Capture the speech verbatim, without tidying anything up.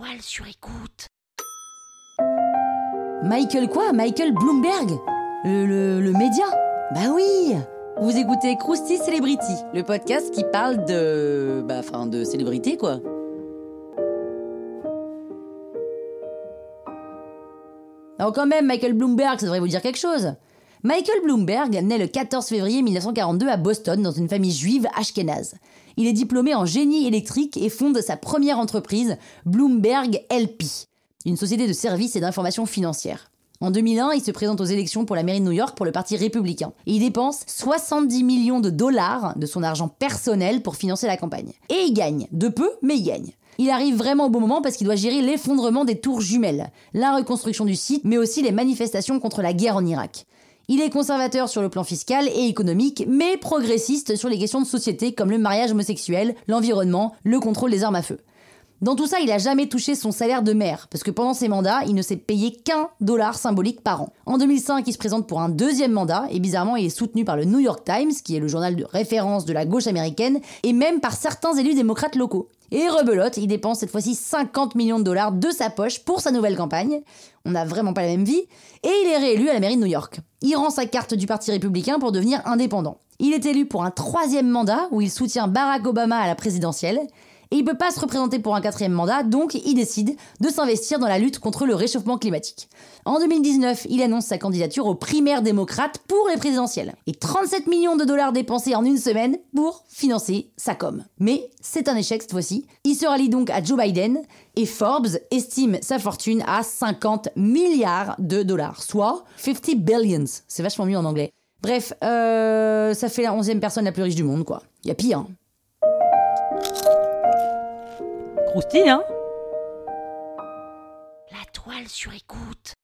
toile sur écoute. Michael quoi Michael Bloomberg le, le, le média Bah oui. Vous écoutez Krusty Celebrity, le podcast qui parle de... Bah, enfin, de célébrité, quoi. Alors quand même, Michael Bloomberg, ça devrait vous dire quelque chose. Michael Bloomberg naît le quatorze février mille neuf cent quarante-deux à Boston, dans une famille juive ashkénaze. Il est diplômé en génie électrique et fonde sa première entreprise, Bloomberg L P, une société de services et d'information financière. En deux mille un, il se présente aux élections pour la mairie de New York pour le parti républicain. Et il dépense soixante-dix millions de dollars de son argent personnel pour financer la campagne. Et il gagne. De peu, mais il gagne. Il arrive vraiment au bon moment parce qu'il doit gérer l'effondrement des tours jumelles, la reconstruction du site, mais aussi les manifestations contre la guerre en Irak. Il est conservateur sur le plan fiscal et économique, mais progressiste sur les questions de société comme le mariage homosexuel, l'environnement, le contrôle des armes à feu. Dans tout ça, il a jamais touché son salaire de maire, parce que pendant ses mandats, il ne s'est payé qu'un dollar symbolique par an. En deux mille cinq, il se présente pour un deuxième mandat, et bizarrement, il est soutenu par le New York Times, qui est le journal de référence de la gauche américaine, et même par certains élus démocrates locaux. Et rebelote, il dépense cette fois-ci cinquante millions de dollars de sa poche pour sa nouvelle campagne. On n'a vraiment pas la même vie. Et il est réélu à la mairie de New York. Il rend sa carte du parti républicain pour devenir indépendant. Il est élu pour un troisième mandat, où il soutient Barack Obama à la présidentielle. Et il peut pas se représenter pour un quatrième mandat, donc il décide de s'investir dans la lutte contre le réchauffement climatique. En deux mille dix-neuf, il annonce sa candidature aux primaires démocrates pour les présidentielles. Et trente-sept millions de dollars dépensés en une semaine pour financer sa com. Mais c'est un échec cette fois-ci. Il se rallie donc à Joe Biden, et Forbes estime sa fortune à cinquante milliards de dollars, soit cinquante billions. C'est vachement mieux en anglais. Bref, euh, ça fait la onzième personne la plus riche du monde, quoi. Y a pire, hein. Croustille, hein? La toile sur écoute.